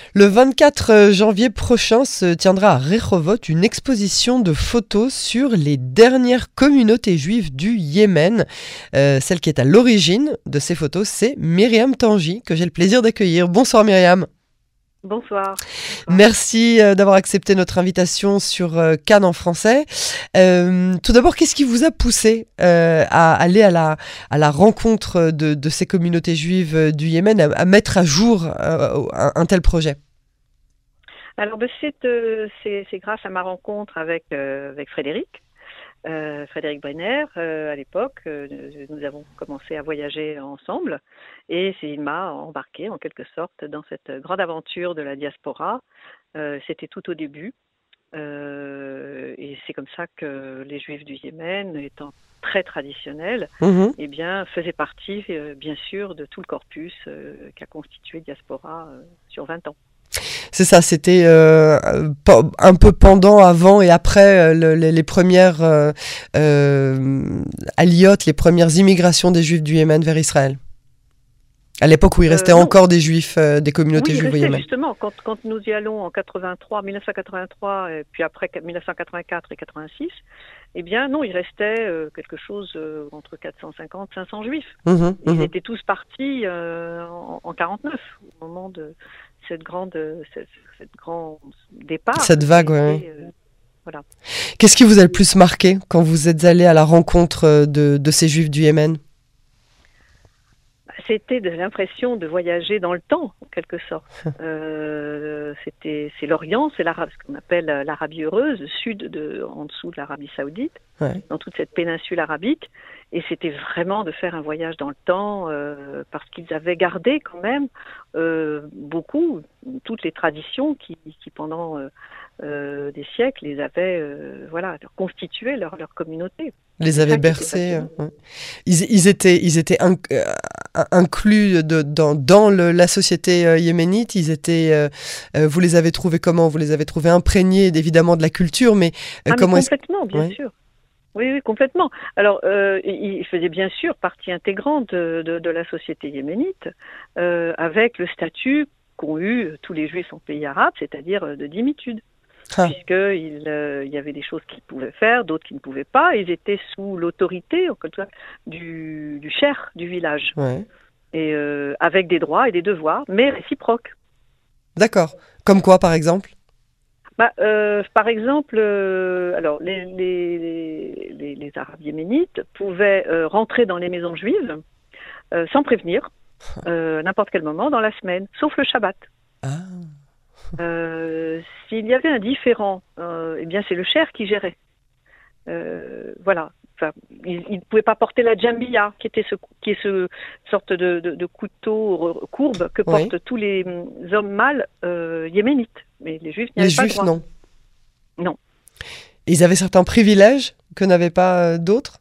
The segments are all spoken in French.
Le 24 janvier prochain se tiendra à Rehovot une exposition de photos sur les dernières communautés juives du Yémen. Celle qui est à l'origine de ces photos, c'est Myriam Tanji, que j'ai le plaisir d'accueillir. Bonsoir Myriam. Bonsoir. Merci d'avoir accepté notre invitation sur Cannes en français. Tout d'abord, qu'est-ce qui vous a poussé à aller à la rencontre de ces communautés juives du Yémen, à mettre à jour un tel projet? Alors, c'est grâce à ma rencontre avec Frédéric Brenner. À l'époque, nous avons commencé à voyager ensemble et il m'a embarqué en quelque sorte dans cette grande aventure de la diaspora. C'était tout au début et c'est comme ça que les Juifs du Yémen, étant très traditionnels, eh bien, faisaient partie bien sûr de tout le corpus qu'a constitué Diaspora sur 20 ans. C'est ça, c'était un peu pendant, avant et après les premières aliotes, les premières immigrations des Juifs du Yémen vers Israël. À l'époque où il restait encore des Juifs, des communautés juives au Yémen. Justement, quand nous y allons en 1983, et puis après 1984 et 86, eh bien non, il restait quelque chose entre 450 et 500 Juifs. Ils étaient tous partis en 49, au moment de cette grand départ. Cette vague, oui. Voilà. Qu'est-ce qui vous a le plus marqué quand vous êtes allé à la rencontre de ces Juifs du Yémen? C'était l'impression de voyager dans le temps, en quelque sorte. C'est l'Orient, c'est ce qu'on appelle l'Arabie heureuse, le sud, en dessous de l'Arabie saoudite, dans toute cette péninsule arabique. Et c'était vraiment de faire un voyage dans le temps, parce qu'ils avaient gardé quand même beaucoup, toutes les traditions qui pendant des siècles, les avaient constitué leur communauté. Les avaient bercés. Ils étaient inclus dans la société yéménite. Vous les avez trouvés comment? Vous les avez trouvés imprégnés évidemment de la culture, mais comment complètement, bien sûr. Oui, complètement. Alors, ils faisaient bien sûr partie intégrante de la société yéménite, avec le qu'ont eu tous les juifs en pays arabe, c'est-à-dire de dhimitude. Puisqu'il y avait des choses qu'ils pouvaient faire, d'autres qui ne pouvaient pas. Ils étaient sous l'autorité, en quelque sorte, du cher du village. Et avec des droits et des devoirs, mais réciproques. D'accord. Comme quoi, par exemple? Par exemple, alors les Arabes yéménites pouvaient rentrer dans les maisons juives sans prévenir, n'importe quel moment dans la semaine, sauf le Shabbat. S'il y avait un différend, eh bien c'est le cher qui gérait. Voilà. Enfin, il ne pouvait pas porter la djambiya, qui est ce sorte de couteau courbe que portent tous les hommes mâles yéménites. Mais les Juifs n'y avaient pas le droit. Non. Et ils avaient certains privilèges que n'avaient pas d'autres?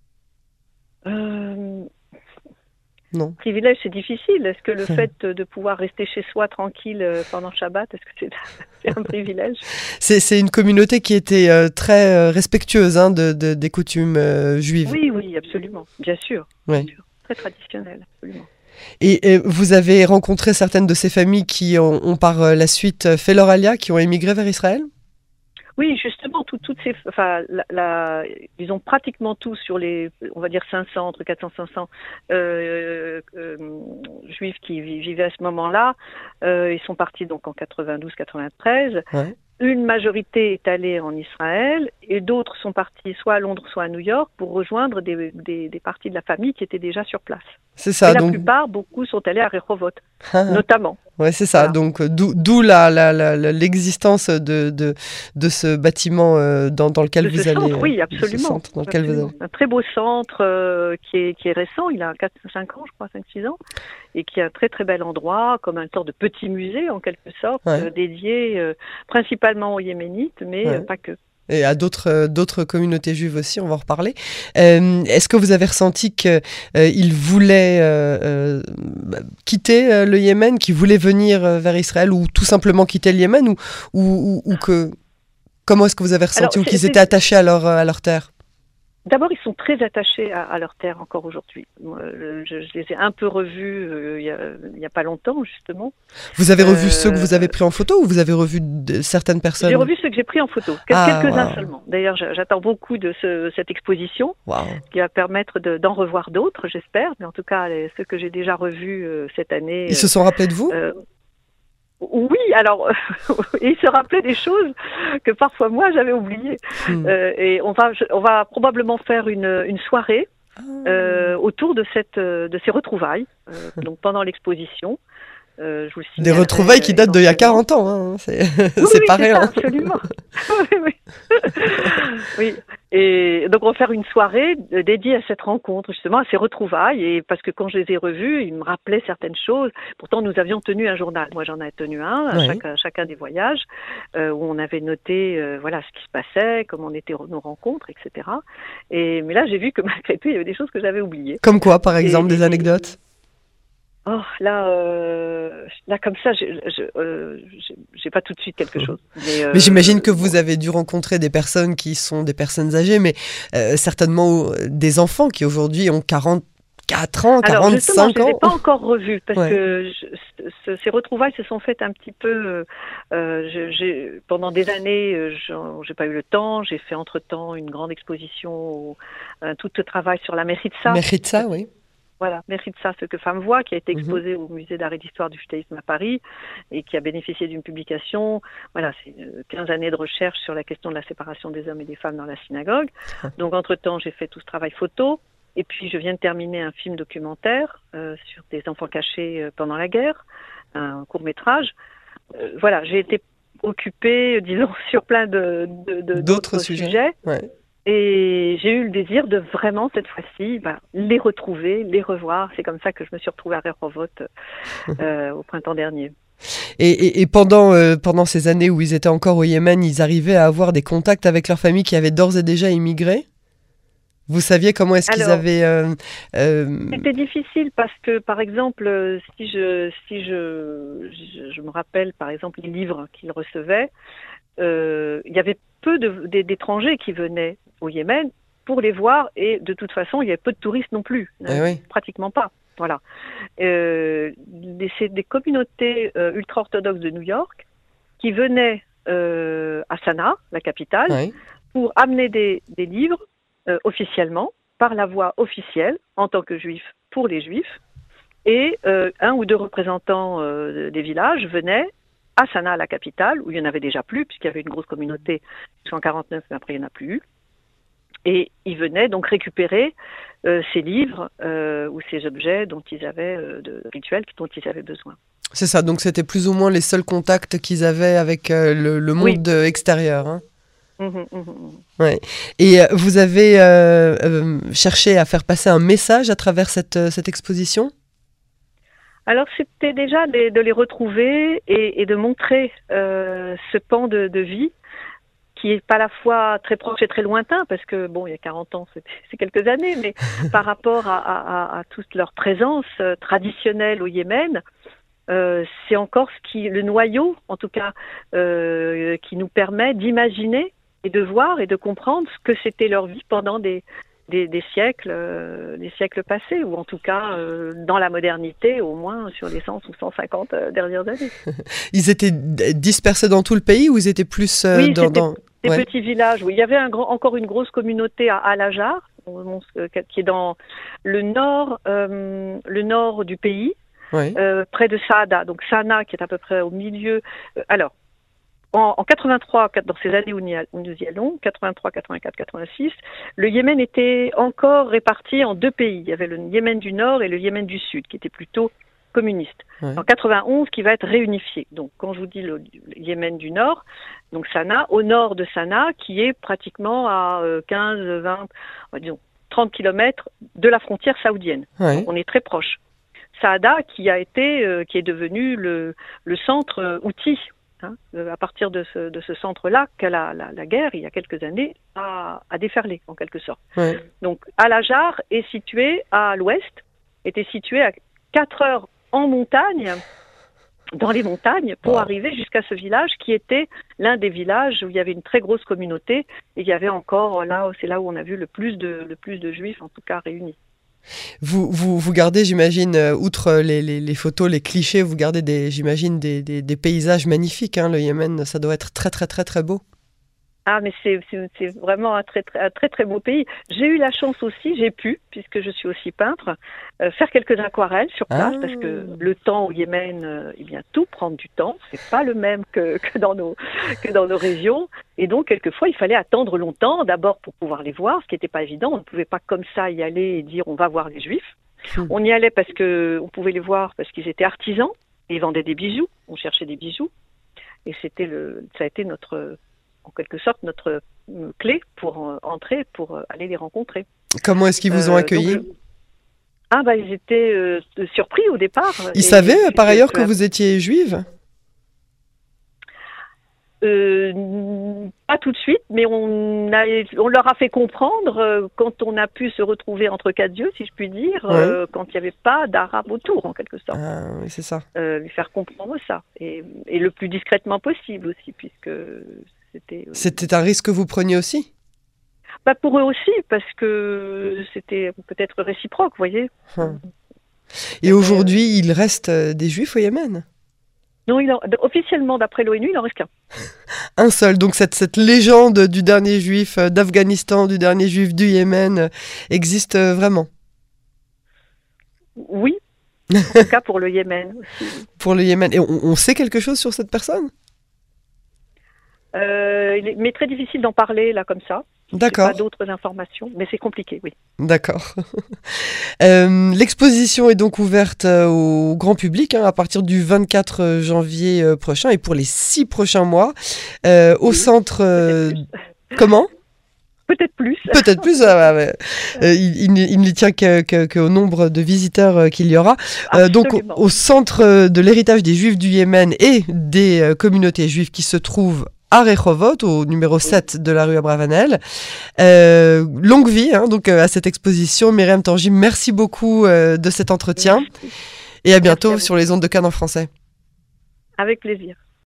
Non. Privilège, c'est difficile. Est-ce que le fait de pouvoir rester chez soi tranquille pendant Shabbat, est-ce que c'est un privilège? C'est une communauté qui était très respectueuse des coutumes juives. Oui, absolument. Bien sûr. Très traditionnelle, absolument. Et vous avez rencontré certaines de ces familles qui ont par la suite fait leur alia, qui ont émigré vers Israël? Oui, justement, toutes ces, ils ont pratiquement tous sur les, on va dire 500, entre 400 et 500 juifs qui vivaient à ce moment-là. Ils sont partis donc en 92-93. Une majorité est allée en Israël et d'autres sont partis soit à Londres, soit à New York pour rejoindre des parties de la famille qui étaient déjà sur place. C'est ça. Et la plupart, beaucoup sont allés à Rehovot, notamment. Ouais, c'est ça. Voilà. Donc, d'où l'existence de ce bâtiment dans lequel vous allez. Centre, oui, absolument. Ce centre dans lequel vous allez. Un très beau centre qui est récent. Il a 5 ans, je crois, 5-6 ans. Et qui est un très, très bel endroit, comme un sorte de petit musée, en quelque sorte, dédié principalement aux Yéménites, mais pas que. Et à d'autres communautés juives aussi, on va en reparler. Est-ce que vous avez ressenti qu'ils voulaient quitter le Yémen, qu'ils voulaient venir vers Israël, ou tout simplement quitter le Yémen, ou que comment est-ce que vous avez ressenti, ou qu'ils étaient attachés à leur terre? D'abord, ils sont très attachés à leur terre encore aujourd'hui. Je les ai un peu revus il y a pas longtemps, justement. Vous avez revu ceux que vous avez pris en photo ou vous avez revu certaines personnes? J'ai revu ceux que j'ai pris en photo, quelques-uns seulement. D'ailleurs, j'attends beaucoup de cette exposition qui va permettre d'en revoir d'autres, j'espère. Mais en tout cas, ceux que j'ai déjà revus cette année. Ils se sont rappelés de vous? Oui, alors, il se rappelait des choses que parfois moi j'avais oubliées. Et on va probablement faire une soirée autour de ces retrouvailles, donc pendant l'exposition. Je vous le des retrouvailles qui datent d'il y a 40 ans, hein. C'est pas rien. Absolument. Oui. Et donc on va faire une soirée dédiée à cette rencontre, justement, à ces retrouvailles. Et parce que quand je les ai revus, ils me rappelaient certaines choses. Pourtant, nous avions tenu un journal. Moi, j'en ai tenu un à chacun des voyages, où on avait noté voilà, ce qui se passait, comment étaient nos rencontres, etc. Mais là, j'ai vu que malgré tout, il y avait des choses que j'avais oubliées. Comme quoi, par exemple, des anecdotes? Oh, là, comme ça, j'ai pas tout de suite quelque chose. Mais j'imagine que vous avez dû rencontrer des personnes qui sont des personnes âgées, mais certainement des enfants qui aujourd'hui ont 44 ans, 45 ans. Alors justement, je ne les ai pas encore revus parce que ces retrouvailles se sont faites un petit peu. Pendant des années, j'ai pas eu le temps. J'ai fait entre-temps une grande exposition, tout le travail sur la Méritza. Méritza, oui. Voilà, Méritza, ce que femmes voient, qui a été exposé au musée d'art et d'histoire du judaïsme à Paris et qui a bénéficié d'une publication. Voilà, c'est 15 années de recherche sur la question de la séparation des hommes et des femmes dans la synagogue. Donc, entre-temps, j'ai fait tout ce travail photo. Et puis, je viens de terminer un film documentaire sur des enfants cachés pendant la guerre, un court-métrage. Voilà, j'ai été occupée, disons, sur plein d'autres sujets. Ouais. Et j'ai eu le désir de vraiment, cette fois-ci, les retrouver, les revoir. C'est comme ça que je me suis retrouvée à Rehovot au printemps dernier. Et pendant ces années où ils étaient encore au Yémen, ils arrivaient à avoir des contacts avec leur famille qui avaient d'ores et déjà immigré? Vous saviez comment est-ce qu'ils avaient... C'était difficile parce que, par exemple, si je me rappelle, par exemple, les livres qu'ils recevaient, il y avait peu d'étrangers qui venaient au Yémen pour les voir et de toute façon, il y avait peu de touristes non plus, pratiquement pas. Voilà. C'est des communautés ultra-orthodoxes de New York qui venaient à Sanaa, la capitale, pour amener des livres officiellement, par la voie officielle, en tant que juifs, pour les juifs. Et un ou deux représentants des villages venaient à Sanaa, la capitale, où il n'y en avait déjà plus, puisqu'il y avait une grosse communauté jusqu'en 1949, mais après il n'y en a plus eu. Et ils venaient donc récupérer ces livres ou ces objets dont ils avaient, de rituels dont ils avaient besoin. C'est ça, donc c'était plus ou moins les seuls contacts qu'ils avaient avec le monde extérieur. Hein. Ouais. Et vous avez cherché à faire passer un message à travers cette exposition ? Alors c'était déjà de les retrouver et de montrer ce pan de vie qui est pas à la fois très proche et très lointain, parce que bon, il y a 40 ans, c'est quelques années, mais par rapport à toute leur présence traditionnelle au Yémen, c'est encore le noyau, en tout cas, qui nous permet d'imaginer et de voir et de comprendre ce que c'était leur vie pendant des siècles passés, ou en tout cas dans la modernité, au moins sur les 100 ou 150 dernières années. Ils étaient dispersés dans tout le pays ou ils étaient plus dans des petits villages où il y avait encore une grosse communauté à Al-Hajar, qui est dans le nord du pays, près de Saada. Donc Sanaa, qui est à peu près au milieu. En 83, dans ces années où nous y allons, 83, 84, 86, le Yémen était encore réparti en deux pays. Il y avait le Yémen du Nord et le Yémen du Sud, qui était plutôt communiste. En 91, qui va être réunifié. Donc, quand je vous dis le Yémen du Nord, donc Sanaa, au nord de Sanaa, qui est pratiquement à 15, 20, disons 30 kilomètres de la frontière saoudienne. Donc, on est très proche. Saada, qui est devenu le centre outil. À partir de ce centre-là, que la guerre, il y a quelques années, a déferlé, en quelque sorte. Donc, Al-Hajar est situé à l'ouest, était situé à 4 heures en montagne dans les montagnes pour arriver jusqu'à ce village qui était l'un des villages où il y avait une très grosse communauté et il y avait encore là, c'est là où on a vu le plus de juifs en tout cas réunis. Vous gardez, j'imagine, outre les photos, les clichés, vous gardez j'imagine des paysages magnifiques, hein. Le Yémen, ça doit être très très très très beau. Ah, mais c'est vraiment un très beau pays. J'ai eu la chance aussi, j'ai pu, puisque je suis aussi peintre, faire quelques aquarelles sur place, parce que le temps au Yémen, eh bien, tout prend du temps. C'est pas le même que dans nos régions. Et donc, quelquefois, il fallait attendre longtemps, d'abord pour pouvoir les voir, ce qui n'était pas évident. On ne pouvait pas comme ça y aller et dire on va voir les Juifs. On y allait parce que on pouvait les voir parce qu'ils étaient artisans, et ils vendaient des bijoux. On cherchait des bijoux. Et ça a été en quelque sorte notre clé pour entrer, pour aller les rencontrer. Comment est-ce qu'ils vous ont accueillis? Ils étaient surpris au départ. Ils savaient par ailleurs que vous étiez juive? Pas tout de suite, mais on leur a fait comprendre quand on a pu se retrouver entre quatre yeux, si je puis dire, quand il n'y avait pas d'arabe autour, en quelque sorte. Ah, oui, c'est ça. Lui faire comprendre ça, et le plus discrètement possible aussi, puisque c'était... C'était un risque que vous preniez aussi? Pour eux aussi, parce que c'était peut-être réciproque, vous voyez. Et aujourd'hui, il reste des juifs au Yémen? Non, officiellement, d'après l'ONU, il n'en reste qu'un. Un seul. Donc cette légende du dernier juif d'Afghanistan, du dernier juif du Yémen, existe vraiment? Oui, en tout cas pour le Yémen aussi. Pour le Yémen. Et on sait quelque chose sur cette personne? Mais très difficile d'en parler là comme ça. D'accord. Pas d'autres informations, mais c'est compliqué, oui. D'accord. L'exposition est donc ouverte au grand public à partir du 24 janvier prochain et pour les 6 prochains mois au centre... Comment? Peut-être plus. Peut-être plus. Il ne tient qu'au nombre de visiteurs qu'il y aura. Donc au centre de l'héritage des Juifs du Yémen et des communautés juives qui se trouvent à Rehovot, au numéro 7 de la rue Abravanel. Longue vie donc, à cette exposition. Myriam Tanguy, merci beaucoup de cet entretien. Merci. Et à bientôt sur les ondes de Cannes en français. Avec plaisir.